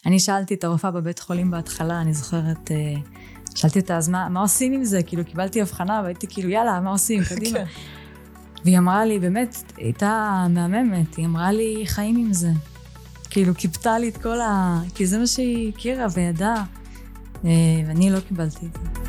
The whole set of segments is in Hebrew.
אני שאלתי את הרופאה בבית חולים בהתחלה, אני זוכרת, שאלתי אותה, אז מה עושים עם זה? כאילו, קיבלתי הבחנה, והייתי כאילו, יאללה, מה עושים? קדימה. והיא אמרה לי, באמת, הייתה מהממת, היא אמרה לי, חיים עם זה. כאילו, קיפתה לי את כל כי זה מה שהיא הכירה וידעה, ואני לא קיבלתי את זה.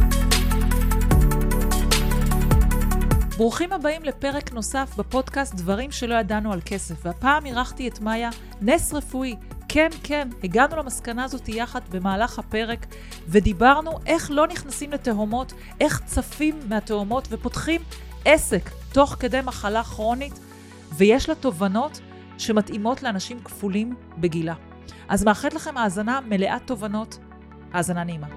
ברוכים הבאים לפרק נוסף בפודקאסט דברים שלא ידענו על כסף, והפעם אירחתי את מאיה, נס רפואי. כן, הגענו למסקנה הזאת יחד במהלך הפרק, ודיברנו איך לא נכנסים לתהומות, איך צפים מהתהומות ופותחים עסק תוך כדי מחלה כרונית, ויש לה תובנות שמתאימות לאנשים כפולים בגילה. אז מאחלת לכם האזנה מלאת תובנות, האזנה נעימה.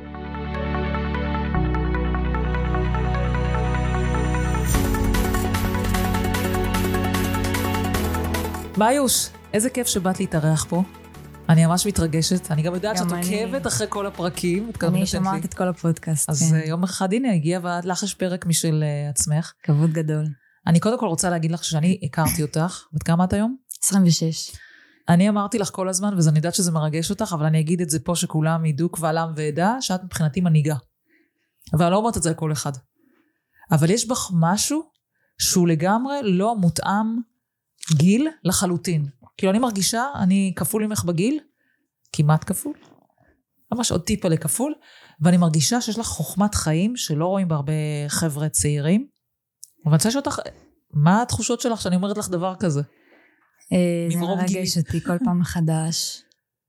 מאיוש, איזה כיף שבאת להתארח פה. אני ממש מתרגשת. אני גם יודעת שאת עוקבת אחרי כל הפרקים. אני שמעת את כל הפודקאסט. אז יום אחד, הנה, הגיע ולך יש פרק משל עצמך. כבוד גדול. אני קודם כל רוצה להגיד לך שאני הכרתי אותך. בת כמה את היום? 26. אני אמרתי לך כל הזמן, ואני יודעת שזה מרגש אותך, אבל אני אגיד את זה פה שכולם ידעו קבל עם ועדה, שאת מבחינתי מנהיגה. אבל אני לא אומרת את זה לכל אחד. אבל יש בך משהו שהוא לגמרי לא מותאם גיל לחלוטין. כאילו אני מרגישה, אני כפול ממך בגיל, כמעט כפול, ממש עוד טיפה לכפול, ואני מרגישה שיש לך חוכמת חיים שלא רואים בהרבה חבר'ה צעירים. אבל אני רוצה לשאול אותך, מה התחושות שלך שאני אומרת לך דבר כזה? זה מרגש אותי כל פעם מחדש,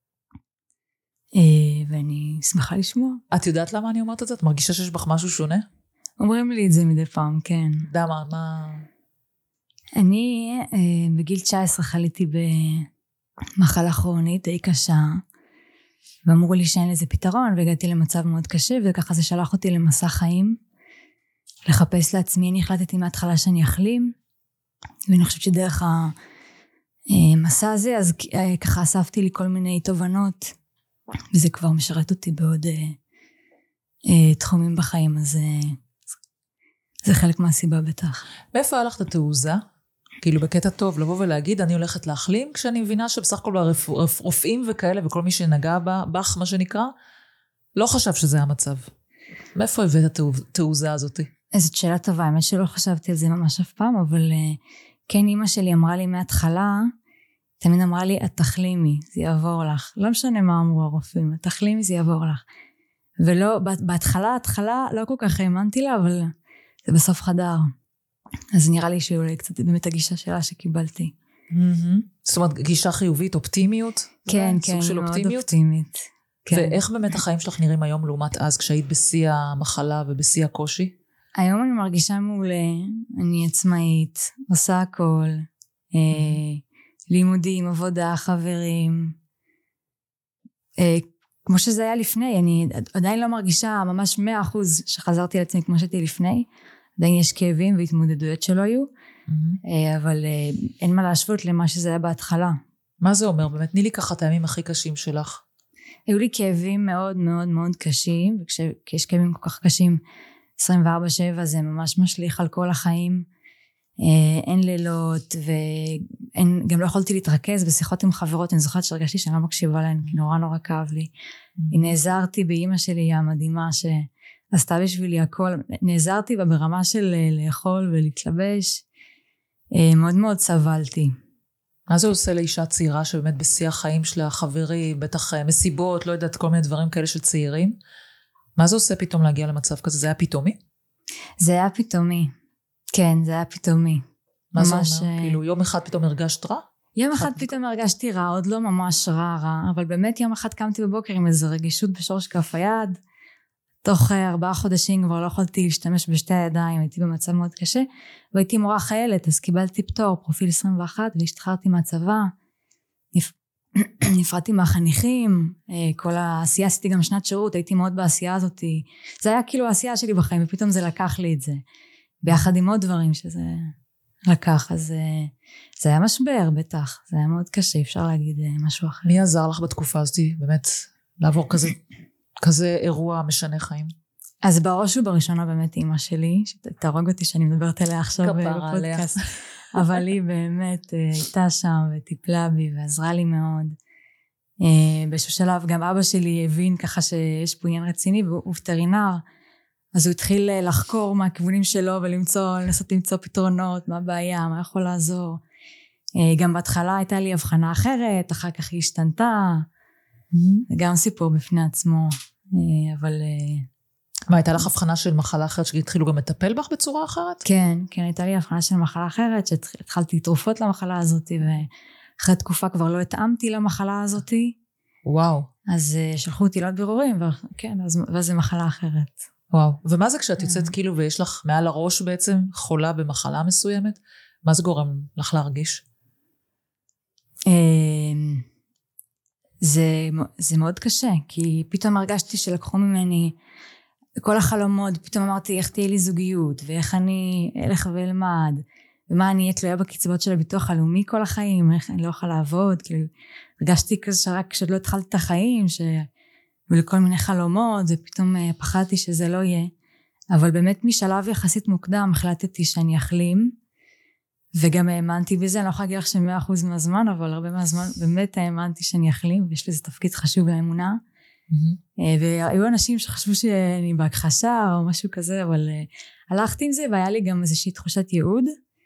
ואני שמחה לשמוע. את יודעת למה אני אומרת את זה? את מרגישה שיש בך משהו שונה? אומרים לי את זה מדי פעם, כן. דמה, מה... אני בגיל 19 חליתי במחלה כרונית די קשה, ואמרו לי שאין לזה פתרון, והגעתי למצב מאוד קשה, וככה זה שלח אותי למסע חיים, לחפש לעצמי. אני החלטתי מההתחלה שאני אחלים, ואני חושבת שדרך המסע הזה, אז ככה אספתי לי כל מיני תובנות, וזה כבר משרת אותי בעוד תחומים בחיים, אז זה חלק מהסיבה בטח. מאיפה היה לך את התעוזה? כאילו בקטע טוב, לבוא ולהגיד, אני הולכת להחלים, כשאני מבינה שבסך הכל רופאים וכאלה, וכל מי שנגע בך, מה שנקרא, לא חשב שזה המצב. מאיפה הבאת את התעוזה הזאת? זאת שאלה טובה, האמת שלא חשבתי על זה ממש אף פעם, אבל כן, אמא שלי אמרה לי מההתחלה, תמיד אמרה לי, את תחלימי, זה יעבור לך. לא משנה מה אמרו הרופאים, את תחלימי, זה יעבור לך. ולא, בהתחלה לא כל כך האמנתי לה, אבל זה בסוף חדר. אז נראה לי שאולי קצת באמת הגישה שלה שקיבלתי. זאת אומרת, גישה חיובית, אופטימיות? כן, מאוד אופטימית. ואיך באמת החיים שלך נראים היום לעומת אז, כשהיית בשיא המחלה ובשיא הקושי? היום אני מרגישה מעולה, אני עצמאית, עושה הכל, לימודים, עבודה, חברים, כמו שזה היה לפני. אני עדיין לא מרגישה ממש 100% שחזרתי על עצמי כמו שהייתי לפני, עדיין יש כאבים והתמודדויות שלא היו, אבל אין מה להשוות למה שזה היה בהתחלה. מה זה אומר? באמת, תני לי ככה את הימים הכי קשים שלך. היו לי כאבים מאוד מאוד מאוד קשים, וכשיש כאבים כל כך קשים, 24/7 זה ממש משליך על כל החיים, אין לילות, וגם לא יכולתי להתרכז בשיחות עם חברות. אני זוכרת שהרגשתי שאני לא מקשיבה להן, כי נורא כאב לי. נעזרתי באמא שלי המדהימה שעשתה בשבילי הכל, נעזרתי בה ברמה של לאכול ולהתלבש, מאוד מאוד סבלתי. מה זה עושה לאישה צעירה שבאמת בשיא החיים שלה, חברים, בטח מסיבות, לא יודעת, כל מיני דברים כאלה של צעירים? מה זה עושה פתאום להגיע למצב כזה? זה היה פתאומי? זה היה פתאומי. כן, זה היה פתאומי. מה זה אומר? כאילו יום אחד פתאום הרגשת רע? יום אחד פתאום הרגשתי רע, עוד לא ממש רע, אבל באמת יום אחד קמתי בבוקר עם איזו רגישות בשורש כף היד, תוך 4 חודשים כבר לא יכולתי להשתמש בשתי הידיים, הייתי במצב מאוד קשה, והייתי מורה חיילת, אז קיבלתי פטור, פרופיל 21, והשתחררתי מהצבא, נפרדתי מהחניכים, כל העשייה, עשיתי גם שנת שירות, הייתי מאוד בעשייה הזאת, זה היה כאילו העשייה שלי בחיים, ופתאום זה לקח לי את זה, ביחד עם עוד דברים שזה לקח, אז זה היה משבר בטח, זה היה מאוד קשה, אפשר להגיד משהו אחר. מי עזר לך בתקופה הזאת, באמת, לעבור כזה אירוע משנה חיים? אז בראש ובראשונה באמת אמא שלי, שתהרוג אותי שאני מדברת עליה עכשיו בפודקאסט, אבל היא באמת הייתה שם וטיפלה בי ועזרה לי מאוד. באיזשהו שלב גם אבא שלי הבין ככה שיש פה עניין רציני, והוא וטרינר, אז הוא התחיל לחקור מהכיוונים שלו, לנסות למצוא פתרונות, מה הבעיה, מה יכול לעזור. גם בהתחלה הייתה לי הבחנה אחרת, אחר כך היא השתנתה, זה גם סיפור בפני עצמו, אבל... מה, הייתה לך הבחנה של מחלה אחרת שהתחילו גם לטפל בך בצורה אחרת? כן, הייתה לי הבחנה של מחלה אחרת, שהתחלתי תרופות למחלה הזאת, ואחרי תקופה כבר לא התאמתי למחלה הזאת. וואו. אז שלחו אותי לעוד בירורים, וכן, ואז זה מחלה אחרת. וואו. ומה זה כשאת יוצאת כאילו ויש לך מעל הראש בעצם חולה במחלה מסוימת? מה זה גורם לך להרגיש? זה מאוד קשה, כי פתאום הרגשתי שלקחו ממני כל החלומות, פתאום אמרתי איך תהיה לי זוגיות, ואיך אני אלך ואלמד, ומה אני אהיה תלויה בקצבאות של הביטוח הלאומי כל החיים, איך אני לא אוכל לעבוד, כאילו הרגשתי כזה שרק כשעוד לא התחלתי את החיים, ולכל מיני חלומות, ופתאום פחדתי שזה לא יהיה, אבל באמת משלב יחסית מוקדם החלטתי שאני אחלים, וגם האמנתי בזה, אני לא יכולה להגיד לך ש100% מהזמן, אבל הרבה מהזמן באמת האמנתי שאני אחלים, ויש לזה תפקיד חשוב לאמונה, והיו אנשים שחשבו שאני בהכחשה או משהו כזה, אבל הלכתי עם זה, והיה לי גם איזושהי תחושת ייעוד,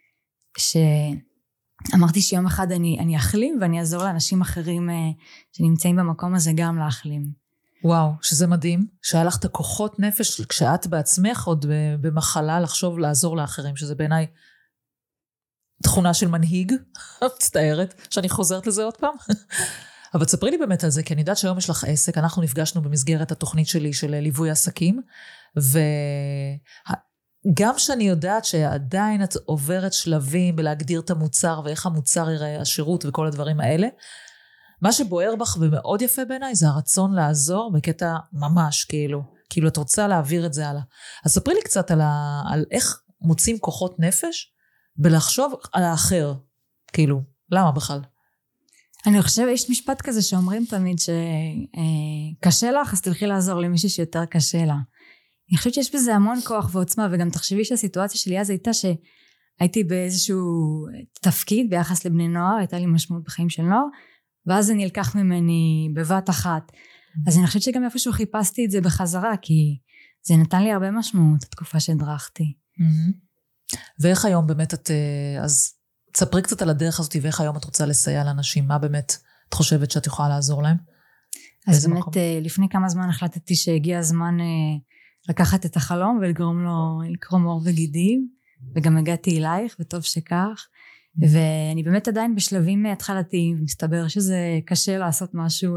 שאמרתי שיום אחד אני אחלים, ואני אעזור לאנשים אחרים שנמצאים במקום הזה גם להחלים. וואו, שזה מדהים, שהיה לך את הכוחות נפש, כשאת בעצמך עוד במחלה, לחשוב לעזור לאחרים, שזה בעיניי תכונה של מנהיג, מצטערת, שאני חוזרת לזה עוד פעם. אבל תספרי לי באמת על זה, כי אני יודעת שהיום יש לך עסק, אנחנו נפגשנו במסגרת התוכנית שלי של ליווי עסקים, וגם שאני יודעת שעדיין את עוברת שלבים בלהגדיר את המוצר, ואיך המוצר יראה, השירות וכל הדברים האלה, מה שבוער בך ומאוד יפה בעיניי, זה הרצון לעזור בקטע ממש, כאילו את רוצה להעביר את זה הלאה. אז ספרי לי קצת על איך מוצאים כוחות נפש, בלחשוב על האחר, כאילו, למה בכלל? אני חושב, יש משפט כזה שאומרים תמיד שקשה לך, אז תלכי לעזור למישהו שיותר קשה לה. אני חושבת שיש בזה המון כוח ועוצמה, וגם תחשבי שהסיטואציה שלי אז הייתה שהייתי באיזשהו תפקיד ביחס לבני נוער, הייתה לי משמעות בחיים של נוער, ואז זה נלקח ממני בבת אחת. אז אני חושבת שגם איפשהו חיפשתי את זה בחזרה, כי זה נתן לי הרבה משמעות, התקופה שהדרכתי. ואיך היום באמת אז תספרי קצת על הדרך הזאת, ואיך היום את רוצה לסייע לאנשים, מה באמת את חושבת שאת יכולה לעזור להם? אז באמת לפני כמה זמן החלטתי שהגיע הזמן לקחת את החלום ולגרום לו לקרום עור וגידים, וגם הגעתי אלייך וטוב שכך, ואני באמת עדיין בשלבים התחלתיים, ומסתבר שזה קשה לעשות משהו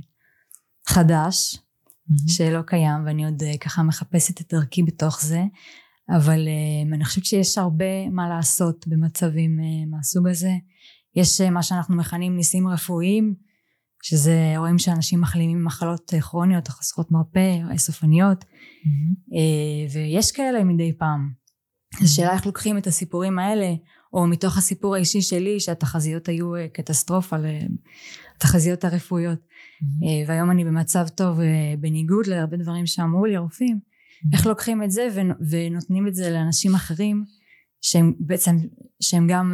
חדש, שלא קיים, ואני עוד ככה מחפשת את דרכי בתוך זה, אבל אני חושבת שיש הרבה מה לעשות במצבים מהסוג הזה. יש מה שאנחנו מכנים ניסים רפואיים, שזה רואים שאנשים מחלימים ממחלות כרוניות או חסרות מרפא או סופניות, ויש כאלה מדי פעם. אז שאלה איך לוקחים את הסיפורים האלה, או מתוך הסיפור האישי שלי שהתחזיות היו קטסטרופה לתחזיות הרפואיות, והיום אני במצב טוב בניגוד להרבה דברים שאמרו לי הרופאים, איך לוקחים את זה ונותנים את זה לאנשים אחרים שהם גם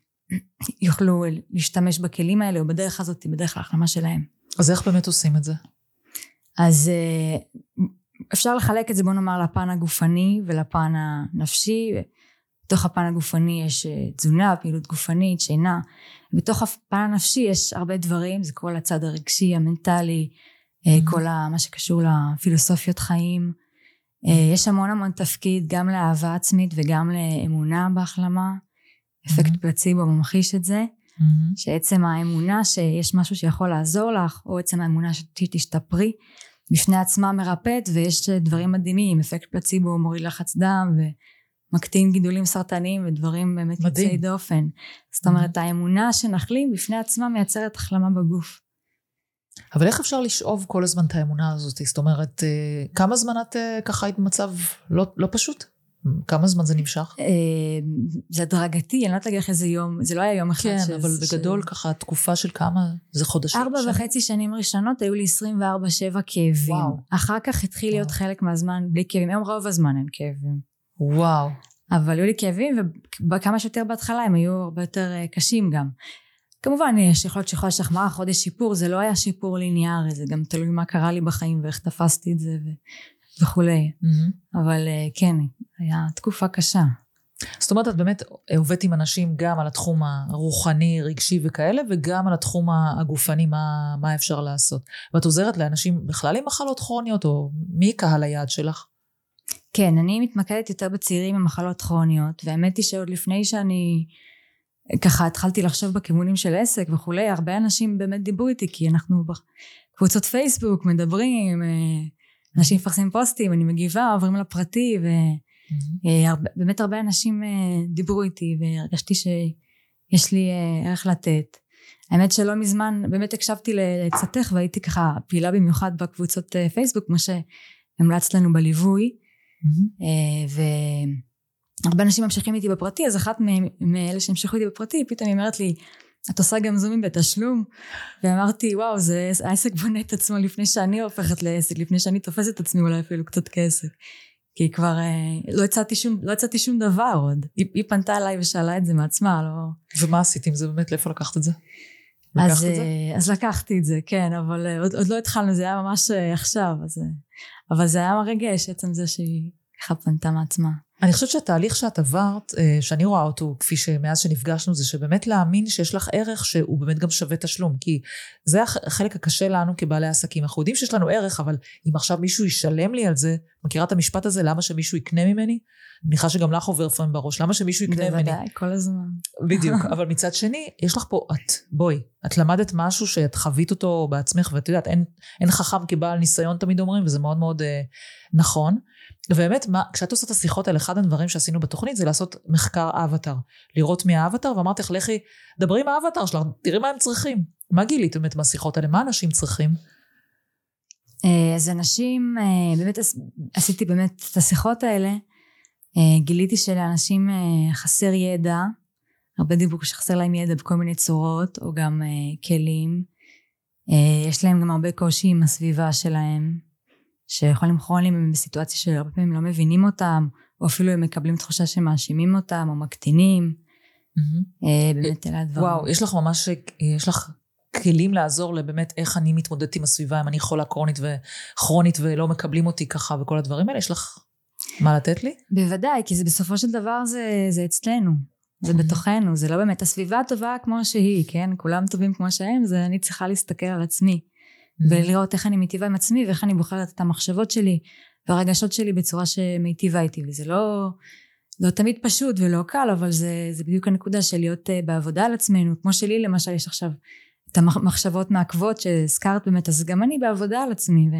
יוכלו להשתמש בכלים האלה או בדרך הזאת, בדרך להחלמה שלהם. אז איך באמת עושים את זה? אז אפשר לחלק את זה, בוא נאמר, לפן הגופני ולפן הנפשי. בתוך הפן הגופני יש תזונה, פעילות גופנית, שינה. בתוך הפן הנפשי יש הרבה דברים, זה כל הצד הרגשי, המנטלי, כל מה שקשור לפילוסופיות חיים. יש המון תפקיד גם לאהבה עצמית וגם לאמונה בהחלמה. אפקט פלציבו ממחיש את זה, שעצם האמונה שיש משהו שיכול לעזור לך, או עצם האמונה שתשתפרי, בפני עצמה מרפאת, ויש דברים מדהימים, אפקט פלציבו מוריד לחץ דם, ומקטין גידולים סרטניים, ודברים באמת יוצאי דופן. זאת אומרת, האמונה שנחלים בפני עצמה מייצרת החלמה בגוף. אבל איך אפשר לשאוב כל הזמן את האמונה הזאת? זאת אומרת, כמה זמן את ככה היית במצב לא פשוט? כמה זמן זה נמשך? זה הדרגתי, אני לא יודעת להגיד לך איזה יום, זה לא היה יום אחד. כן, אבל בגדול ככה, תקופה של כמה, זה חודשים? 4.5 שנים ראשונות, היו לי 24/7 כאבים. אחר כך התחיל להיות חלק מהזמן בלי כאבים, היום רוב הזמן אין כאבים. וואו. אבל היו לי כאבים, וכמה שיותר בהתחלה הם היו הרבה יותר קשים גם. כמובן יש יכול להיות שחמרה חודש שיפור, זה לא היה שיפור ליניארי, זה גם תלוי מה קרה לי בחיים ואיך תפסתי את זה וכולי. אבל כן, היה תקופה קשה. זאת אומרת, את באמת עובדת עם אנשים גם על התחום הרוחני, רגשי וכאלה, וגם על התחום הגופני, מה אפשר לעשות. ואת עוזרת לאנשים בכלל עם מחלות כרוניות, או מי קהל היעד שלך? כן, אני מתמקדת יותר בצעירים עם מחלות כרוניות, והאמת היא שעוד לפני שאני ככה התחלתי לחשוב בכיוונים של עסק וכולי, הרבה אנשים באמת דיברו איתי, כי אנחנו בקבוצות פייסבוק מדברים, אנשים מפרסמים פוסטים, אני מגיבה, עוברים לפרטי, ובאמת הרבה אנשים דיברו איתי, והרגשתי שיש לי ערך לתת. האמת שלא מזמן, באמת הקשבתי לעצתך, והייתי ככה פעילה במיוחד בקבוצות פייסבוק, כמו שהמלצת לנו בליווי, והרבה אנשים ממשיכים איתי בפרטי, אז אחת מאלה שהמשכו איתי בפרטי, פתאום היא אומרת לי, את עושה גם זומים בתשלום, ואמרתי, וואו, זה העסק בונה את עצמו לפני שאני הופכת לעסק, לפני שאני תופסת את עצמי אולי אפילו קצת כעסק, כי כבר לא הצעתי שום דבר עוד, היא פנתה אליי ושאלה את זה מעצמה, לא... ומה עשית עם זה באמת, לאיפה לקחת את זה? אז לקחתי את זה, כן, אבל עוד לא התחלנו, זה היה ממש עכשיו, אבל זה היה מרגש, עצם זה שהיא ככה פנתה מעצמה. אני חושבת שהתהליך שאת עברת, שאני רואה אותו, כפי שמאז שנפגשנו, זה שבאמת להאמין שיש לך ערך שהוא באמת גם שווה תשלום, כי זה החלק הקשה לנו כבעלי עסקים. אנחנו יודעים שיש לנו ערך, אבל אם עכשיו מישהו ישלם לי על זה, מכירה את המשפט הזה, למה שמישהו יקנה ממני? מניחה שגם לך עובר פעם בראש, למה שמישהו יקנה ממני? בוודאי, כל הזמן. בדיוק, אבל מצד שני, יש לך פה, את למדת משהו שאת חווית אותו בעצמך, ואת יודעת, אין חכם כבעל ניסיון תמיד אומרים, וזה מאוד מאוד נכון. ובאמת, כשאת עושה את השיחות האלה, אחד הדברים שעשינו בתוכנית, זה לעשות מחקר אבטר, לראות מי האבטר, ואמרתי לך, לכי, דברי עם האבטר שלך, תראי מה הם צריכים. מה גילית באמת מהשיחות האלה? מה אנשים צריכים? אז אנשים, באמת עשיתי באמת את השיחות האלה, גיליתי שלאנשים חסר ידע, הרבה דיבור שחסר להם ידע בכל מיני צורות, או גם כלים, יש להם גם הרבה קושי עם הסביבה שלהם, שיכולים כרוניים בסיטואציה שהרבה פעמים לא מבינים אותם, או אפילו הם מקבלים תחושה שמאשימים אותם, או מקטינים, באמת אלה הדברים. וואו, יש לך ממש, יש לך כלים לעזור לבאמת איך אני מתמודדת עם הסביבה, אם אני חולה כרונית ולא מקבלים אותי ככה, וכל הדברים האלה, יש לך מה לתת לי? בוודאי, כי זה בסופו של דבר זה אצלנו, זה בתוכנו, זה לא באמת הסביבה טובה כמו שהיא, כן? כולם טובים כמו שהם, זה אני צריכה להסתכל על עצמי, ולראות איך אני מיטיבה עם עצמי, ואיך אני בוחרת את המחשבות שלי, והרגשות שלי בצורה שמיטיבה איתי, וזה לא תמיד פשוט ולא קל, אבל זה בדיוק הנקודה של להיות בעבודה על עצמנו, כמו שלי למשל יש עכשיו את המחשבות מעכבות שהזכרת באמת, אז גם אני בעבודה על עצמי,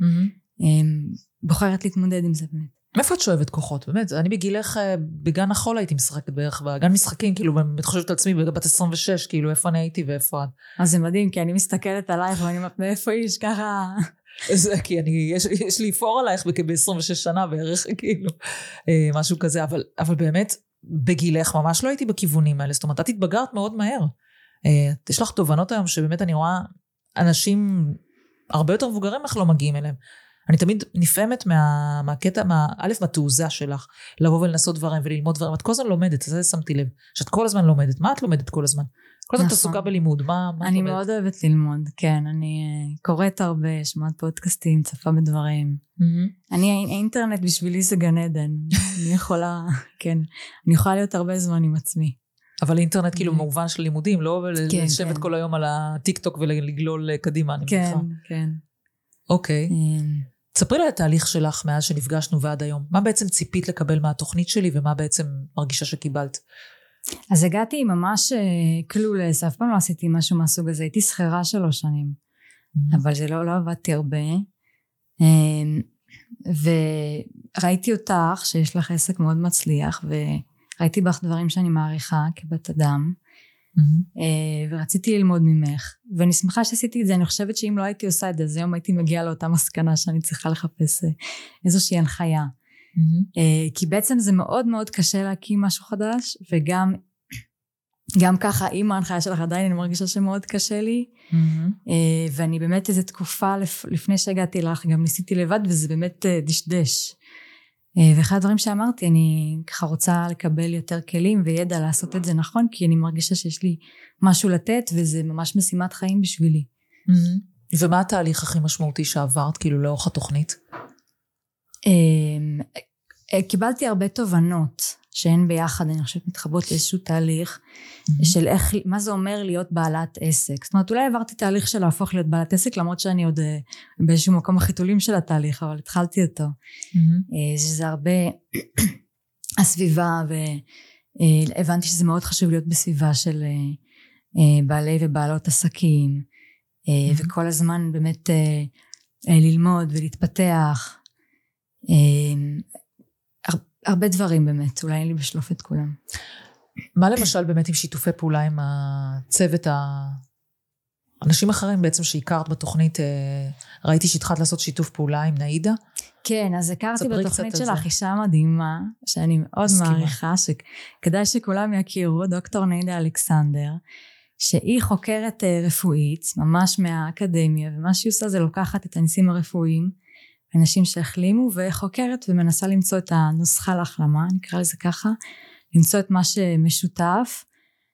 ובוחרת להתמודד עם זה באמת. מאיפה את שואבת כוחות? באמת, אני בגילך בגן החול הייתי משחקת בערך, בגן משחקים, כאילו, באמת חושבת על עצמי בבת 26, כאילו, איפה אני הייתי ואיפה את? אז זה מדהים, כי אני מסתכלת עלייך, ואני אומרת, מאיפה איש ככה? זה, כי יש לי פור עלייך ב-26 שנה בערך, כאילו, משהו כזה, אבל באמת, בגילך ממש לא הייתי בכיוונים האלה, זאת אומרת, את התבגרת מאוד מהר. יש לך תובנות היום שבאמת אני רואה אנשים הרבה יותר מבוגרים איך לא מגיעים אליהם. אני תמיד נפעמת מהקטע, מהתעוזה שלך, לבוא ולנסות דברים וללמוד דברים. את כל הזמן לומדת, זה שמתי לב, שאת כל הזמן לומדת. מה את לומדת כל הזמן? כל הזמן תעסוקה בלימוד, מה את לומדת? אני מאוד אוהבת ללמוד, כן. אני קוראת הרבה, שמעת פודקאסטים, צפה בדברים. האינטרנט בשבילי זה גן עדן. אני יכולה להיות הרבה זמן עם עצמי. אבל אינטרנט כאילו במובן של לימודים, לא לשבת כל היום על הטיק טוק ולגלול קדימה, אני מניחה. כן, כן. אוקיי. תספרי לי התהליך שלך מאז שנפגשנו ועד היום. מה בעצם ציפית לקבל מהתוכנית שלי, ומה בעצם מרגישה שקיבלת? אז הגעתי ממש קלולס, אף פעם לא עשיתי משהו מהסוג הזה, הייתי שכירה 3 שנים, אבל זה לא עבדתי הרבה, וראיתי אותך שיש לך עסק מאוד מצליח, וראיתי בך דברים שאני מעריכה כבת אדם, ורציתי ללמוד ממך, ואני שמחה שעשיתי את זה. אני חושבת שאם לא הייתי עושה את זה, אז היום הייתי מגיעה לאותה מסקנה שאני צריכה לחפש איזושהי הנחיה, כי בעצם זה מאוד מאוד קשה להקים משהו חדש, וגם ככה עם ההנחיה שלך עדיין אני מרגישה שמאוד קשה לי, ואני באמת איזו תקופה לפני שהגעתי לך גם ניסיתי לבד, וזה באמת דשדש, ואחד הדברים שאמרתי, אני ככה רוצה לקבל יותר כלים וידע לעשות את זה נכון, כי אני מרגישה שיש לי משהו לתת, וזה ממש משימת חיים בשבילי. ומה התהליך הכי משמעותי שעברת, כאילו לאורך התוכנית? קיבלתי הרבה תובנות שהן ביחד, אני חושבת מתחברות לאיזשהו תהליך של איך, מה זה אומר להיות בעלת עסק. זאת אומרת, אולי עברתי תהליך של להפוך להיות בעלת עסק, למרות שאני עוד באיזשהו מקום החיתולים של התהליך, אבל התחלתי אותו. שזה הרבה הסביבה, והבנתי שזה מאוד חשוב להיות בסביבה של בעלי ובעלות עסקים, וכל הזמן באמת ללמוד ולהתפתח. הרבה דברים באמת, אולי אין לי בשלוף את כולם. מה למשל באמת עם שיתופי פעולה עם הצוות, אנשים אחרים בעצם שהכרת בתוכנית, ראיתי שהתחלת לעשות שיתוף פעולה עם נאידה? כן, אז הכרתי בתוכנית שלך אישה מדהימה, שאני מאוד מעריכה, שכדאי שכולם יכירו, דוקטור נאידה אלכסנדר, שהיא חוקרת רפואית, ממש מהאקדמיה, ומה שהיא עושה זה לוקחת את הניסים הרפואיים, אנשים שהחלימו, וחוקרת ומנסה למצוא את הנוסחה להחלמה, נקרא לזה ככה, למצוא את מה שמשותף,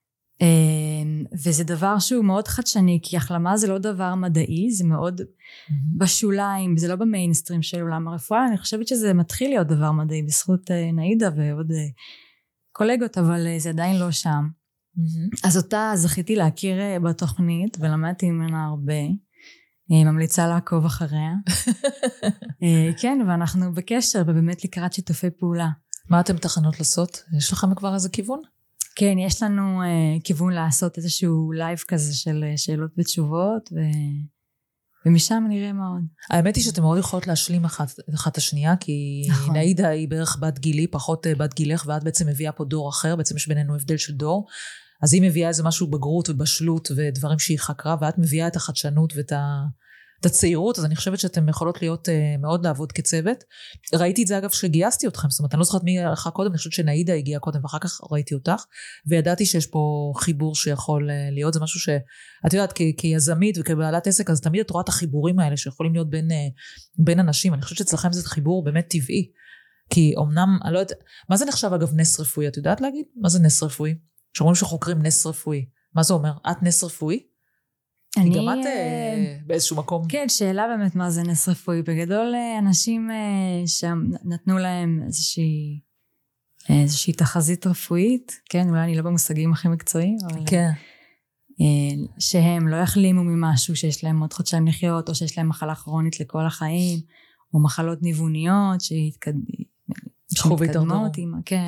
וזה דבר שהוא מאוד חדשני, כי החלמה זה לא דבר מדעי, זה מאוד בשוליים, זה לא במיינסטרים של עולם הרפואה, אני חושבת שזה מתחיל להיות דבר מדעי, בזכות נאידה ועוד קולגות, אבל זה עדיין לא שם. אז אותה זכיתי להכיר בתוכנית, ולמדתי ממנה הרבה, ממליצה לעקוב אחריה. כן, ואנחנו בקשר, ובאמת לקראת שיתופי פעולה. מה אתם תכנות לעשות? יש לכם כבר איזה כיוון? כן, יש לנו כיוון לעשות איזשהו לייב כזה של שאלות ותשובות, ומשם נראה מאוד. האמת היא שאתם מאוד יכולות להשלים אחת השנייה, כי נכון. נאידה היא בערך בת גילי, פחות בת גילך, ואת בעצם מביאה פה דור אחר, בעצם יש בינינו הבדל של דור, אז היא מביאה איזה משהו בגרות ובשלות ודברים שהיא חקרה, ואת מביאה את החדשנות ואת הצעירות, אז אני חושבת שאתם יכולות להיות מאוד לעבוד כצוות. ראיתי את זה אגב שגייסתי אתכם, זאת אומרת, אני לא זוכרת מי הלכה קודם, אני חושבת שנאידה הגיעה קודם, ואחר כך ראיתי אותך, וידעתי שיש פה חיבור שיכול להיות, זה משהו שאת יודעת, כיזמית וכבעלת עסק, אז תמיד את רואה את החיבורים האלה, שיכולים להיות בין אנשים, אני חושבת שאצלכם זה חיבור באמת טבעי, כי אמנם, אני לא יודעת, מה זה נחשב אגב נס רפואי? את יודעת להגיד? מה זה נס רפואי? שאומרים שחוקרים נס רפואי. מה זה אומר? את נס רפואי? כי גם את באיזשהו מקום. כן, שאלה באמת מה זה נס רפואי. בגדול אנשים שנתנו להם איזושהי תחזית רפואית, כן, אולי אני לא במושגים הכי מקצועיים, אבל כן. שהם לא יחלימו ממשהו שיש להם עוד חודשיים לחיות, או שיש להם מחלה כרונית לכל החיים, או מחלות ניווניות שמתקדמות עם, כן.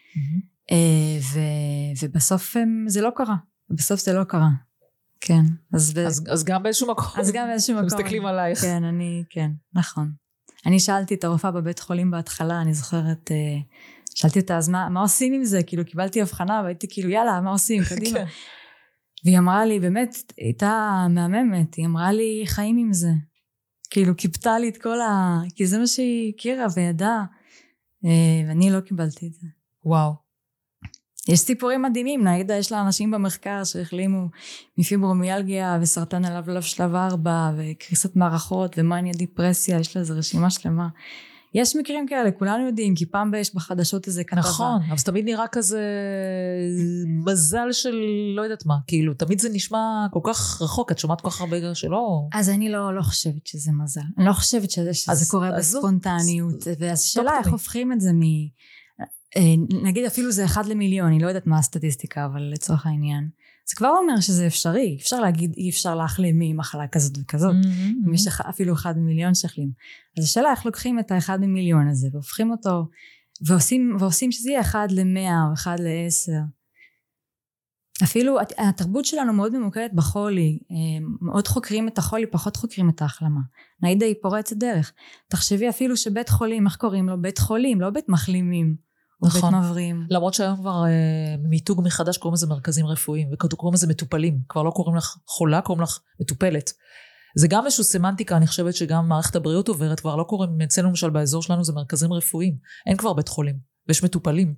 ובסוף זה לא קרה. בסוף זה לא קרה. כן. אז גם באיזשהו מקום. אז גם באיזשהו מקום. מסתכלים עלייך. כן, כן, נכון. אני שאלתי את הרופאה בבית חולים בהתחלה, אני זוכרת, שאלתי אותה, אז מה עושים עם זה? כאילו, קיבלתי הבחנה, והייתי כאילו, יאללה, מה עושים? קדימה. והיא אמרה לי, באמת, הייתה מהממת, היא אמרה לי, חיים עם זה. כאילו, קיפתה לי את כל כי זה מה שהיא הכירה וידעה, ואני לא קיבלתי את זה. וואו. יש סיפורים מדהימים, נאידה יש לה אנשים במחקר שהחלימו מפיברומיאלגיה וסרטן הלבלב שלב 4 וקריסת מערכות ומאניה דיפרסיה, יש לה איזו רשימה שלמה. יש מקרים כאלה, כולנו יודעים, כי פעם יש בחדשות איזה כתבה. נכון, אבל זה תמיד נראה כזה מזל של לא יודעת מה, כאילו תמיד זה נשמע כל כך רחוק, את שומעת כל כך הרבה שלא. אז אני לא חושבת שזה מזל, אני לא חושבת שזה קורה בספונטניות, ואז שאלה איך הופכים את זה נגיד אפילו זה 1 למיליון, אני לא יודעת מה הסטטיסטיקה, אבל לצורך העניין, זה כבר אומר שזה אפשרי, אפשר להגיד אי אפשר להחלים ממחלה כזאת וכזאת, אם יש אפילו 1 למיליון שהחלים, אז השאלה איך לוקחים את ה1 למיליון הזה, והופכים אותו, ועושים שזה יהיה 1 ל100 או 1 ל10, אפילו התרבות שלנו מאוד ממוקדת בחולי, מאוד חוקרים את החולי, פחות חוקרים את ההחלמה, נאידה היא פורצת דרך, תחשבי אפילו שבית חולים, איך קוראים לו? בית חולים, לא בית מחלימים, נכון. מברים. למרות שהיום כבר מיתוג מחדש קוראים לזה מרכזים רפואיים, וקוראים לזה מטופלים, כבר לא קוראים לך חולה, קוראים לך מטופלת. זה גם איזשהו סמנטיקה, אני חושבת שגם מערכת הבריאות עוברת, כבר לא קוראים, אצלנו למשל באזור שלנו זה מרכזים רפואיים, אין כבר בית חולים, ויש מטופלים.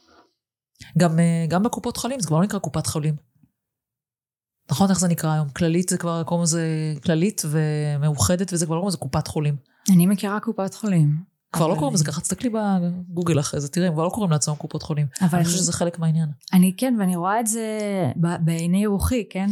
גם בקופות חולים, זה כבר לא נקרא קופת חולים. נכון, איך זה נקרא היום? כללית זה כבר קוראים לזה כללית ומאוחדת, וזה כבר לא קוראים לזה קופת חולים. אני מכירה קופת חולים. כבר לא קוראים לזה ככה, תסתכלי בגוגל אחרי זה, תראי, כבר לא קוראים לעצמם קופות חולים. אני חושב שזה חלק מהעניין. אני כן, ואני רואה את זה בעיני רוחי, כן?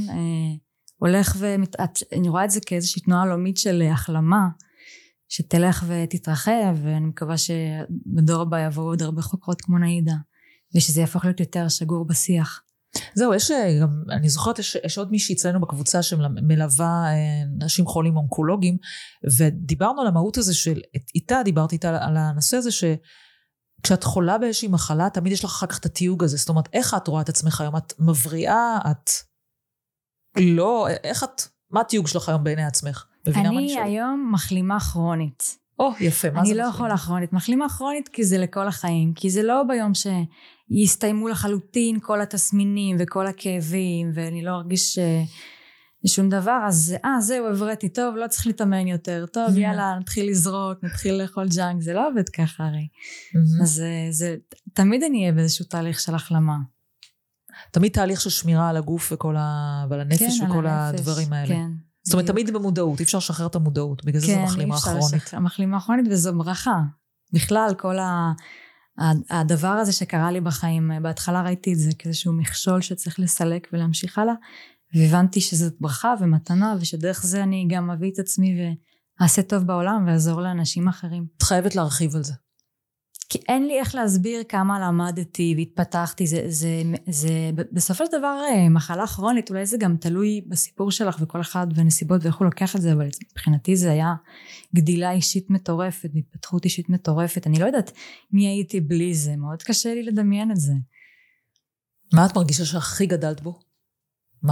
אני רואה את זה כאיזושהי תנועה לאומית של החלמה, שתלך ותתרחב, ואני מקווה שבדור הבא יבואו עוד הרבה חוקרות כמו נעידה, ושזה יהפוך להיות יותר שגור בשיח. זהו, אני זוכרת, יש עוד מישהי אצלנו בקבוצה שמלווה נשים חולים אונקולוגיים, ודיברנו על המהות הזה דיברתי איתה על הנושא הזה, שכשאת חולה באיזושהי מחלה, תמיד יש לך אחר כך את התיוג הזה, זאת אומרת, איך את רואה את עצמך היום? את מבריאה, את לא, מה התיוג שלך היום בעיני עצמך? אני היום מחלימה כרונית. יפה, מה זה? אני לא יכולה כרונית. מחלימה כרונית כי זה לכל החיים, כי זה לא ביום שיסתיימו לחלוטין כל התסמינים וכל הכאבים, ואני לא ארגיש שום דבר, אז זהו, עברתי טוב, לא צריך להתאמן יותר, טוב, יאללה, נתחיל לזרוק, נתחיל לאכול ג'אנק, זה לא עובד ככה הרי. אז תמיד אני אהיה באיזשהו תהליך של החלמה. תמיד תהליך של שמירה על הגוף ועל הנפש וכל הדברים האלה. כן. זאת אומרת, תמיד במודעות, אי אפשר לשחרר את המודעות, בגלל זה זו מחלימה כרונית. מחלימה כרונית וזו ברכה. בכלל, כל הדבר הזה שקרה לי בחיים, בהתחלה ראיתי את זה כאיזשהו מכשול שצריך לסלק ולהמשיך הלאה, והבנתי שזאת ברכה ומתנה, ושדרך זה אני גם אביא את עצמי ואעשה טוב בעולם, ואעזור לאנשים אחרים. את חייבת להרחיב על זה. כי אין לי איך להסביר כמה למדתי והתפתחתי, זה בסופו של דבר מחלה כרונית, אולי זה גם תלוי בסיפור שלך וכל אחד ונסיבות ואיך הוא לוקח את זה, אבל מבחינתי זה היה גדילה אישית מטורפת, התפתחות אישית מטורפת, אני לא יודעת מי הייתי בלי זה, מאוד קשה לי לדמיין את זה. מה את מרגישה שהכי גדלת בו? מה?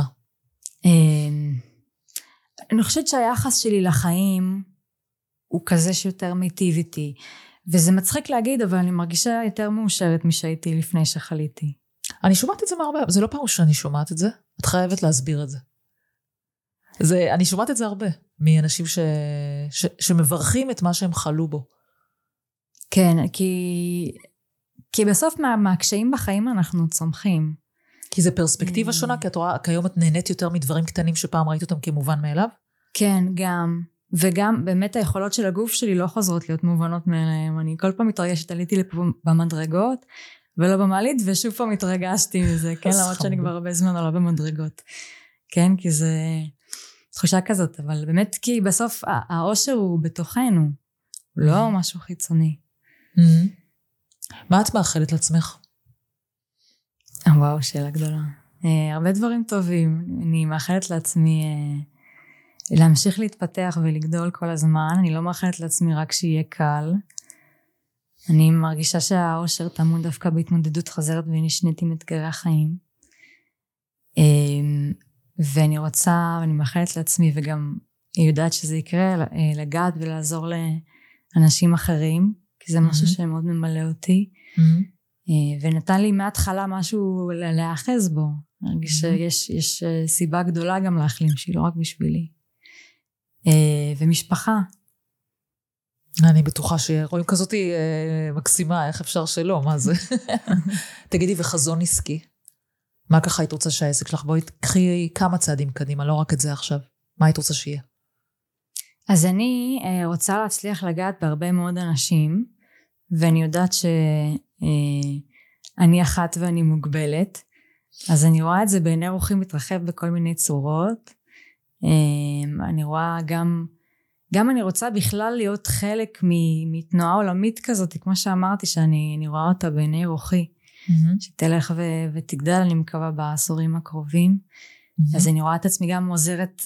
אני חושבת שהיחס שלי לחיים הוא כזה שיותר מיטיב איתי, וזה מצחיק להגיד, אבל אני מרגישה יותר מאושרת משהייתי לפני שחליתי. אני שומעת את זה מהרבה, זה לא פעם שאני שומעת את זה, את חייבת להסביר את זה. אני שומעת את זה הרבה, מאנשים שמברכים את מה שהם חלו בו. כן, כי בסוף מהקשיים בחיים אנחנו צומחים. כי זה פרספקטיבה שונה, כי את רואה, כיום את נהנית יותר מדברים קטנים שפעם ראית אותם כמובן מאליו? כן, גם. וגם באמת היכולות של הגוף שלי לא חוזרות להיות מובנות מאליהם. אני כל פעם מתרגשת, עליתי לפה במדרגות, ולא במעלית, ושוב פעם התרגשתי מזה, כן, למרות שאני כבר הרבה זמן עולה במדרגות. כן, כי זה תחושה כזאת, אבל באמת כי בסוף האושר הוא בתוכנו, הוא לא משהו חיצוני. מה את מאחלת לעצמך? וואו, שאלה גדולה. הרבה דברים טובים. אני מאחלת לעצמי להמשיך להתפתח ולגדול כל הזמן. אני לא מאחלת לעצמי רק שיהיה קל. אני מרגישה שהאושר טמון דווקא בהתמודדות חוזרת ונשנית עם אתגרי החיים. ואני רוצה, ואני מאחלת לעצמי, וגם יודעת שזה יקרה, לגעת ולעזור לאנשים אחרים, כי זה משהו שמאוד ממלא אותי. ונתן לי מההתחלה משהו להאחז בו. אני מרגיש שיש סיבה גדולה גם להחלים, שהיא לא רק בשבילי. ומשפחה. אני בטוחה שרואים כזאת מקסימה, איך אפשר שלא, מה זה? תגידי, וחזון עסקי? מה ככה היית רוצה שהעסק שלך? בואי תקחי כמה צעדים קדימה, לא רק את זה עכשיו. מה היית רוצה שיהיה? אז אני רוצה להצליח לגעת בהרבה מאוד אנשים, ואני יודעת שאני אחת ואני מוגבלת, אז אני רואה את זה בעיני רוחי מתרחב בכל מיני צורות. אני רואה גם אני רוצה בכלל להיות חלק מתנועה עולמית כזאת, כמו שאמרתי, שאני רואה אותה בעיני רוחי, שתלך ותגדל, אני מקווה בעשורים הקרובים. אז אני רואה את עצמי גם עוזרת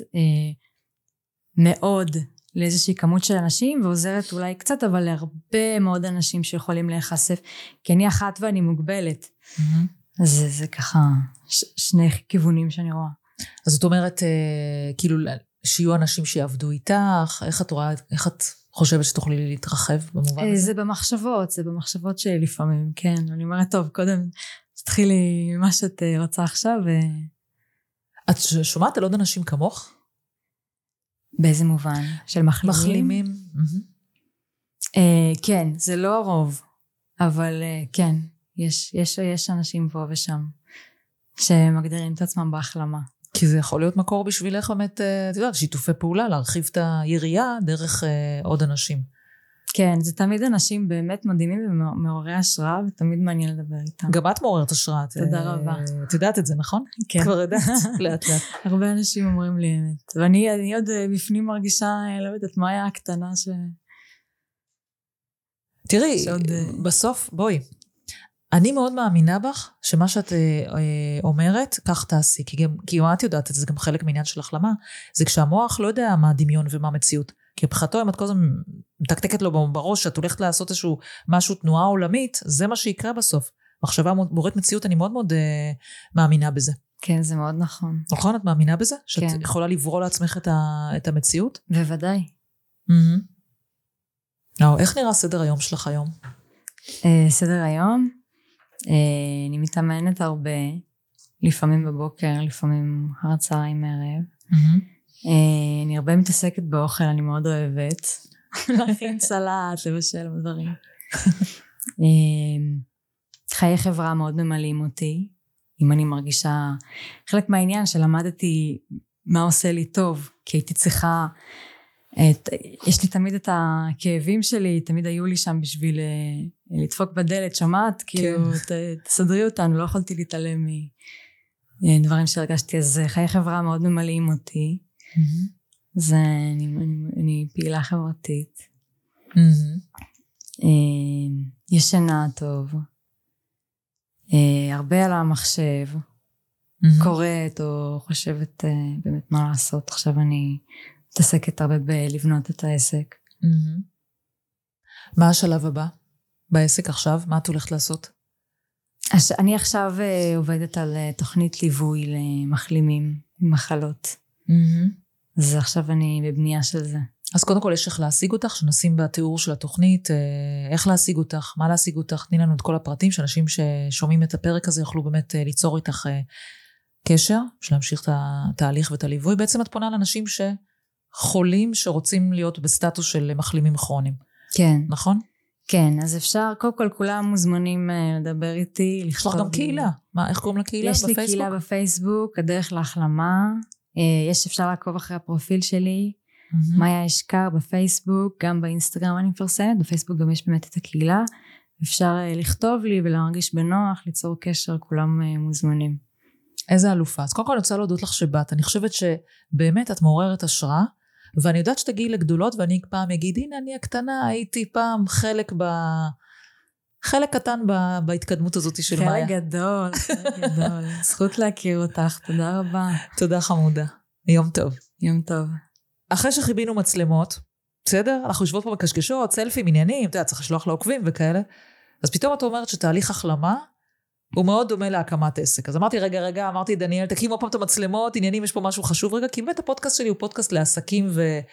מאוד לאיזושהי כמות של אנשים, ועוזרת אולי קצת, אבל להרבה מאוד אנשים שיכולים להיחשף, כי אני אחת ואני מוגבלת. אז זה ככה שני כיוונים שאני רואה. אז זאת אומרת, כאילו, שיהיו אנשים שיעבדו איתך, איך את חושבת שתוכלי להתרחב במובן הזה? זה במחשבות שלי לפעמים, כן. אני אומרת, טוב, קודם תתחילי מה שאת רוצה עכשיו. את שומעת על עוד אנשים כמוך? באיזה מובן? של מחלימים? כן, זה לא הרוב, אבל כן, יש אנשים פה ושם, שמגדירים את עצמם בהחלמה. כי זה יכול להיות מקור בשבילך באמת, את יודעת, שיתופי פעולה, להרחיב את היריעה דרך עוד אנשים. כן, זה תמיד אנשים באמת מדהימים ומעוררי השראה, ותמיד מעניין לדבר איתם. גם את מעוררת השראה. תודה רבה. את יודעת את זה, נכון? כן. כבר יודעת, לאט לאט. הרבה אנשים אומרים לי אמת. ואני עוד בפנים מרגישה, לא יודעת, מה היה הקטנה תראי, בסוף, בואי. אני מאוד מאמינה בך שמה שאת אומרת, כך תעשי. כי אם את יודעת את זה, זה גם חלק מעניין של החלמה, זה כשהמוח לא יודע מה דמיון ומה מציאות. כי מבחינתו, אם את כל הזמן מתקתקת לו בראש, שאת הולכת לעשות איזשהו משהו, תנועה עולמית, זה מה שיקרה בסוף. מחשבה בוראת מציאות, אני מאוד מאוד מאמינה בזה. כן, זה מאוד נכון. נכון, את מאמינה בזה? כן. שאת יכולה לברוא לעצמך את המציאות? בוודאי. איך נראה סדר היום שלך היום? סדר היום? אני מתאמנת הרבה, לפעמים בבוקר, לפעמים אחר הצהריים ערב. אני הרבה מתעסקת באוכל, אני מאוד אוהבת. להכין סלט, לבשל דברים. חיי חברה מאוד ממלאים אותי, אם אני מרגישה, חלק מהעניין שלמדתי מה עושה לי טוב, כי הייתי צריכה, יש לי תמיד את הכאבים שלי, תמיד היו לי שם בשביל לדפוק בדלת, שומעת, כאילו תסדרי אותנו, לא יכולתי להתעלם מדברים שהרגשתי, אז חיי חברה מאוד ממלאים אותי, אז אני פעילה חברתית, ישנה טוב, הרבה על המחשב, קוראת או חושבת באמת מה לעשות, עכשיו אני מתעסקת הרבה בלבנות את העסק. מה השלב הבא בעסק עכשיו? מה את הולכת לעשות? אני עכשיו עובדת על תוכנית ליווי למחלימים ממחלות. אז עכשיו אני בבנייה של זה. אז קודם כל יש איך להשיג אותך, שנשים בתיאור של התוכנית, איך להשיג אותך, מה להשיג אותך, תני לנו את כל הפרטים, שאנשים ששומעים את הפרק הזה יוכלו באמת ליצור איתך קשר, בשביל להמשיך את התהליך ואת הליווי. בעצם את פונה לאנשים שחולים, שרוצים להיות בסטטוס של מחלימים כרוניים. כן. נכון? כן, אז אפשר, קודם כל כולם מוזמנים לדבר איתי, יש לך גם קהילה. איך קוראים לקהילה? יש לי קהילה בפייסבוק, הדרך להחלמה, אפשר לעקוב אחרי הפרופיל שלי, מאיה אשכר בפייסבוק, גם באינסטגרם אני מפרסמת, בפייסבוק גם יש באמת את הקהילה, אפשר לכתוב לי ולהרגיש בנוח, ליצור קשר, כולם מוזמנים. איזה אלופה. אז קודם כל אני רוצה להודות לך שבאת, אני חושבת שבאמת את מעוררת השראה, ואני יודעת שתגיעי לגדולות, ואני פעם אגיד, הנה אני הקטנה, הייתי פעם חלק קטן בהתקדמות הזאת של מאיה. חלק גדול. זכות להכיר אותך, תודה רבה. תודה חמודה, יום טוב. יום טוב. אחרי שחיבינו מצלמות, בסדר? אנחנו יושבות פה בקשקשות, סלפים, עניינים, אתה יודע, צריך לשלוח לעוקבים וכאלה, אז פתאום את אומרת שתהליך החלמה, הוא מאוד דומה להקמת עסק. אז אמרתי, רגע, אמרתי, דניאל, תקים עוד פעם את המצלמות, עניינים, יש פה משהו חשוב רגע, כי באמת הפודקאסט שלי הוא פודקאסט לעסקים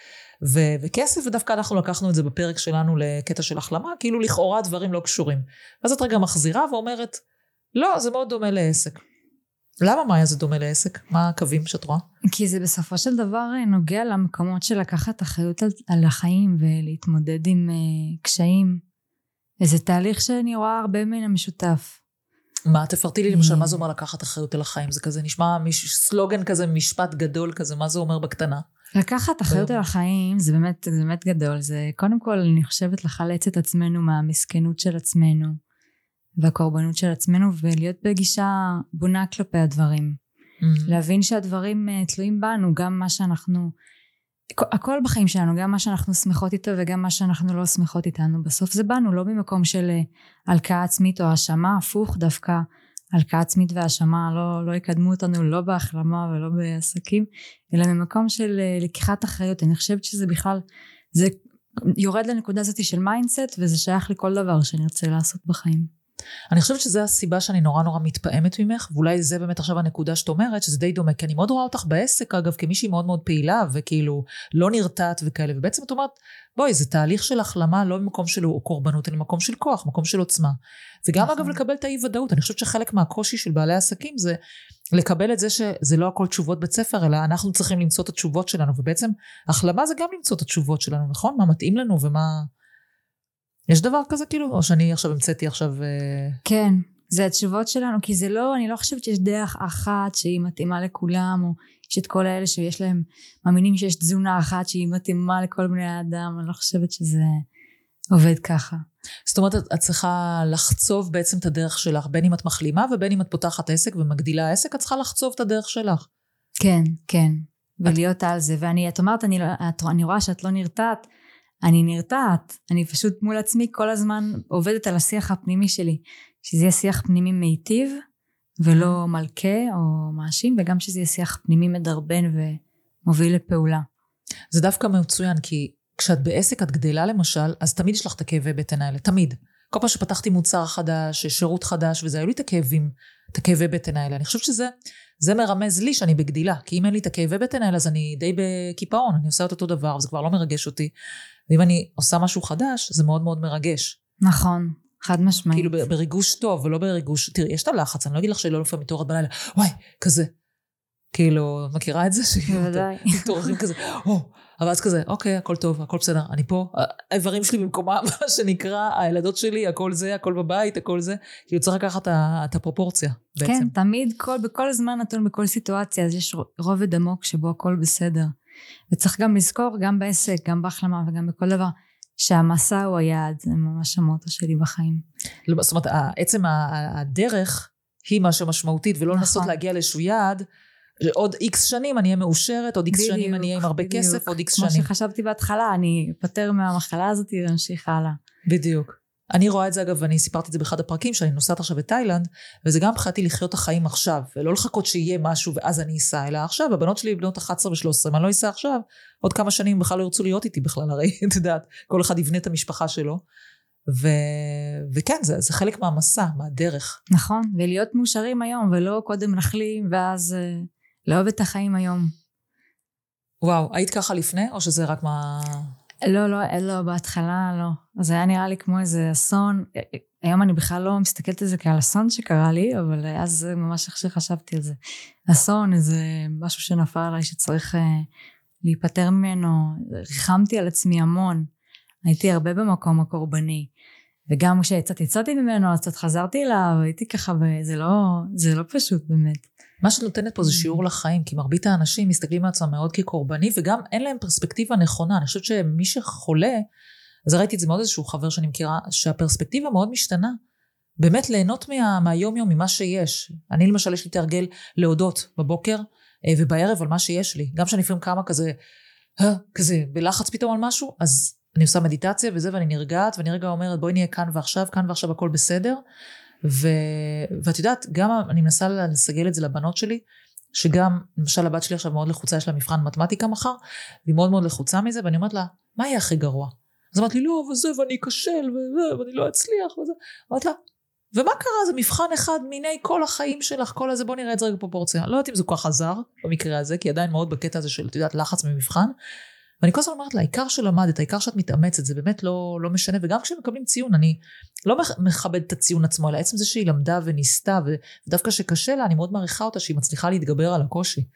וכסף, ודווקא אנחנו לקחנו את זה בפרק שלנו לקטע של החלמה, כאילו לכאורה דברים לא קשורים. אז את רגע מחזירה ואומרת, לא, זה מאוד דומה לעסק. למה מאיה זה דומה לעסק? מה הקווים שאת רואה? כי זה בסופו של דבר נוגע למקומות של לקחת אחריות על החיים, ולהתמודד עם קשיים. וזה תהליך שאני רואה הרבה מן המשותף. מה, תפרטי לי למשל, מה זה אומר לקחת אחריות על החיים? זה כזה נשמע סלוגן כזה, משפט גדול כזה, מה זה אומר בקטנה? לקחת אחריות על החיים זה באמת גדול. זה קודם כל אני חושבת לחלץ את עצמנו מהמסכנות של עצמנו, והקורבנות של עצמנו, ולהיות בגישה בונה כלפי הדברים. להבין שהדברים תלויים בנו, גם מה שאנחנו, הכל בחיים שלנו, גם מה שאנחנו שמחות איתו, וגם מה שאנחנו לא שמחות איתנו, בסוף זה בנו, לא במקום של הלקאה עצמית או האשמה, הפוך דווקא, הלקאה עצמית והאשמה לא יקדמו אותנו, לא בהחלמה ולא בעסקים, אלא ממקום של לקיחת אחריות. אני חושבת שזה בכלל, זה יורד לנקודה הזאת של מיינדסט, וזה שייך לכל דבר שאני רוצה לעשות בחיים. אני חושבת שזו הסיבה שאני נורא מתפעמת ממך, ואולי זה באמת עכשיו הנקודה שאת אומרת, שזה די דומה, כי אני מאוד רואה אותך בעסק, אגב, כמישהי מאוד מאוד פעילה, וכאילו לא נרתעת וכאלה, ובעצם את אומרת, בואי, זה תהליך של החלמה, לא במקום של קורבנות, אלא במקום של כוח, מקום של עוצמה. וגם אגב לקבל את האי-ודאות, אני חושבת שחלק מהקושי של בעלי העסקים זה לקבל את זה שזה לא הכל תשובות בית ספר, אלא אנחנו צריכים למצוא את התשובות שלנו, ובעצם החלמה זה גם למצוא את התשובות שלנו, נכון? מה מתאים לנו ומה... יש דבר כזה כאילו, או שאני עכשיו המצאתי עכשיו... כן, זה התשובות שלנו, כי זה לא, אני לא חושבת שיש דרך אחת שהיא מתאימה לכולם, או יש את כל האלה שיש להם, מאמינים שיש תזונה אחת שהיא מתאימה לכל בני האדם, אני לא חושבת שזה עובד ככה. זאת אומרת, את צריכה לחצוב בעצם את הדרך שלך, בין אם את מחלימה ובין אם את פותחת עסק ומגדילה עסק, את צריכה לחצוב את הדרך שלך. כן, כן. ולהיות על זה. את אומרת, אני רואה שאת לא נרתעת, אני נרתעת. אני פשוט מול עצמי כל הזמן עובדת על השיח הפנימי שלי. שזה יהיה שיח פנימי מיטיב, ולא מלכה או מאשים, וגם שזה יהיה שיח פנימי מדרבן ומוביל לפעולה. זה דווקא מצוין, כי כשאת בעסק, את גדלה למשל, אז תמיד יש לך את הכאבי בטן האלה, תמיד. כל פעם שפתחתי מוצר חדש, שירות חדש, וזה היו לי את הכאבי בטן האלה. אני חושבת שזה מרמז לי שאני בגדילה, כי אם אין לי את הכאבי בטן האלה, אז אני די בקיפאון, אני עושה את אותו דבר, וזה כבר לא מרגש אותי. ואם אני עושה משהו חדש, זה מאוד מאוד מרגש. נכון, חד משמעית. כאילו בריגוש טוב, ולא בריגוש, תראי, יש את הלחץ, אני לא אגיד לך שלא לפעמים מתעוררת בלילה, וואי, כזה. כאילו, מכירה את זה? בוודאי. מתעוררים כזה, אבל אז כזה, אוקיי, הכל טוב, הכל בסדר, אני פה, האיברים שלי במקומם, מה שנקרא, הילדות שלי, הכל זה, הכל בבית, הכל זה, כאילו צריך לקחת את הפרופורציה, בעצם. כן, תמיד, בכל זמן נתון, בכל סיטואציה, אז יש רובד עמוק שבו הכל בסדר. וצריך גם לזכור, גם בעסק, גם בהחלמה, וגם בכל דבר, שהמסע הוא היעד, זה ממש המוטו שלי בחיים. זאת אומרת, עצם הדרך היא משהו משמעותית, ולא לנסות להגיע לאיזשהו יעד, עוד איקס שנים אני אהיה מאושרת, עוד איקס שנים אני אהיה עם הרבה כסף, עוד איקס שנים. כמו שחשבתי בהתחלה, אני אפטר מהמחלה הזאת ונמשיך הלאה. בדיוק. אני רואה את זה אגב, ואני סיפרתי את זה באחד הפרקים, שאני נוסעת עכשיו בתאילנד, וזה גם בחרתי לחיות את החיים עכשיו, ולא לחכות שיהיה משהו ואז אני אסע, אלא עכשיו, הבנות שלי בנות 11 ו-13, אני לא אסע עכשיו, עוד כמה שנים בכלל לא ירצו להיות איתי בכלל, הרי, את יודעת, כל אחד יבנה את המשפחה שלו, וכן, זה חלק מהמסע, מהדרך. נכון, ולהיות מאושרים היום, ולא קודם נחלים, ואז לאהוב את החיים היום. וואו, היית ככה לפני, או שזה רק מה... לא, בהתחלה לא. זה היה נראה לי כמו איזה אסון. היום אני בכלל לא מסתכלת על זה כעל אסון שקרה לי, אבל אז ממש איך שחשבתי על זה. אסון, איזה משהו שנפל עליי שצריך להיפטר ממנו. ריחמתי על עצמי המון. הייתי הרבה במקום הקורבני. וגם כשיצאתי ממנו, אז קצת חזרתי אליו, הייתי ככה, זה לא פשוט באמת. מה שנותנת פה זה שיעור לחיים, כי מרבית האנשים מסתכלים מעצמם מאוד כקורבני, וגם אין להם פרספקטיבה נכונה. אני חושבת שמי שחולה, אז ראיתי את זה מאוד איזשהו חבר שאני מכירה, שהפרספקטיבה מאוד משתנה. באמת ליהנות מהיום יום, ממה שיש. אני למשל יש לי תרגל להודות בבוקר ובערב על מה שיש לי. גם שאני לפעמים כמה כזה בלחץ פתאום על משהו, אז אני עושה מדיטציה וזה, ואני נרגעת, ואני רגע אומרת, בואי נהיה כאן ועכשיו הכל בסדר. ואת יודעת, גם אני מנסה לסגל את זה לבנות שלי, שגם, למשל הבת שלי עכשיו מאוד לחוצה, יש לה מבחן מתמטיקה מחר, והיא מאוד מאוד לחוצה מזה, ואני אומרת לה, מה יהיה הכי גרוע? אז אמרת לי, לא, וזה, ואני אכשל, ואני לא אצליח, וזה. אמרת לה, ומה קרה? זה מבחן אחד מיני כל החיים שלך, כל הזה, בוא נראה את זה רגע בפרופורציה. לא יודעת אם זה כל כך עזר במקרה הזה, כי עדיין מאוד בקטע הזה של, את יודעת, לחץ ממבחן, ואני כל הזמן אומרת לה, העיקר שלמדת, העיקר שאת מתאמצת, זה באמת לא משנה, וגם כשמקבלים ציון, אני לא מכבד את הציון עצמו, אלא עצם זה שהיא למדה וניסתה, ודווקא שקשה לה, אני מאוד מעריכה אותה, שהיא מצליחה להתגבר על הקושי.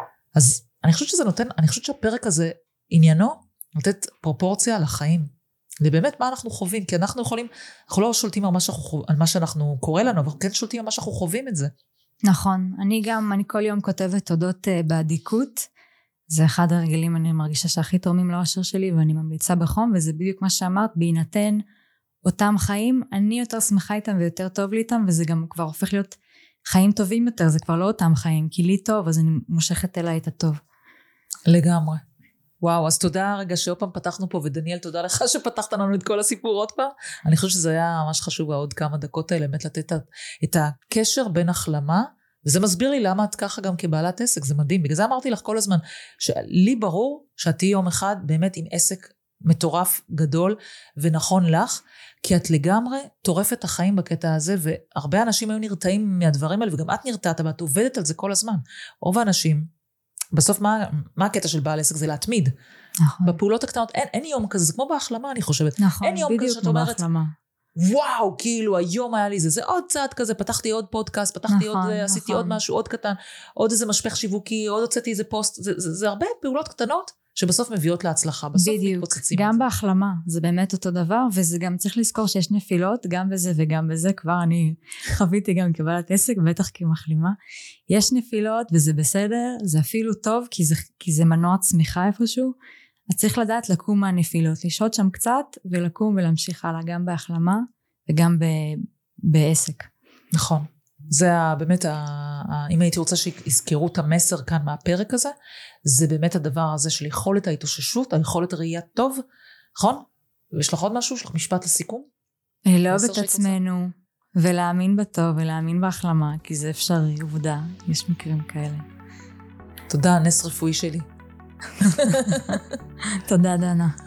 אז אני חושבת שהפרק הזה, עניינו, לתת פרופורציה לחיים. ובאמת מה אנחנו חווים, כי אנחנו לא שולטים על מה שאנחנו קורא לנו, אבל כן שולטים על מה שאנחנו חווים את זה. נכון, אני כל יום כותבת תודות באדיקות, זה אחד הרגלים, אני מרגישה שהכי תורמים לאושר שלי, ואני ממליצה בחום, וזה בדיוק מה שאמרת, בהינתן אותם חיים, אני יותר שמחה איתם ויותר טוב לי איתם, וזה גם כבר הופך להיות חיים טובים יותר, זה כבר לא אותם חיים, כי לי טוב, אז אני מושכת אליי את הטוב. לגמרי. וואו, אז תודה רגע שעוד פעם פתחנו פה, ודניאל, תודה לך שפתחת לנו את כל הסיפור עוד פעם. אני חושבת שזה היה ממש חשוב, עוד כמה דקות האלה, באמת לתת את הקשר בין החלמה, וזה מסביר לי למה את ככה גם כבעלת עסק, זה מדהים. בגלל זה אמרתי לך כל הזמן, שלי ברור שאת תהיי יום אחד באמת עם עסק מטורף גדול ונכון לך, כי את לגמרי טורפת את החיים בקטע הזה, והרבה אנשים היו נרתעים מהדברים האלה, וגם את נרתעת, אבל את עובדת על זה כל הזמן. רוב האנשים, בסוף מה הקטע של בעל עסק? זה להתמיד. נכון. בפעולות הקטנות, אין יום כזה, זה כמו בהחלמה אני חושבת. נכון, אין יום כזה שאת אומרת, וואו, כאילו היום היה לי זה עוד צעד כזה, פתחתי עוד פודקאסט, פתחתי עוד, עשיתי עוד משהו, עוד קטן, עוד איזה משפך שיווקי, עוד הוצאתי איזה פוסט, זה הרבה פעולות קטנות שבסוף מביאות להצלחה, בסוף מתפוצצים. גם בהחלמה, זה באמת אותו דבר, וזה גם צריך לזכור שיש נפילות, גם בזה וגם בזה, כבר אני חוויתי גם כבעלת עסק, בטח כמחלימה, יש נפילות וזה בסדר, זה אפילו טוב, כי זה מנוע צמיחה איפשהו, אז צריך לדעת לקום מהנפילות, לשהות שם קצת ולקום ולהמשיך הלאה, גם בהחלמה וגם בעסק. נכון. זה באמת, אם הייתי רוצה שיזכרו את המסר כאן מהפרק הזה, זה באמת הדבר הזה של יכולת ההתאוששות, היכולת הראייה טוב, נכון? ויש לך עוד משהו? יש לך משפט לסיכום? לאהוב את עצמנו, ולהאמין בטוב, ולהאמין בהחלמה, כי זה אפשרי, עובדה, יש מקרים כאלה. תודה, נס רפואי שלי. תודה, דנה.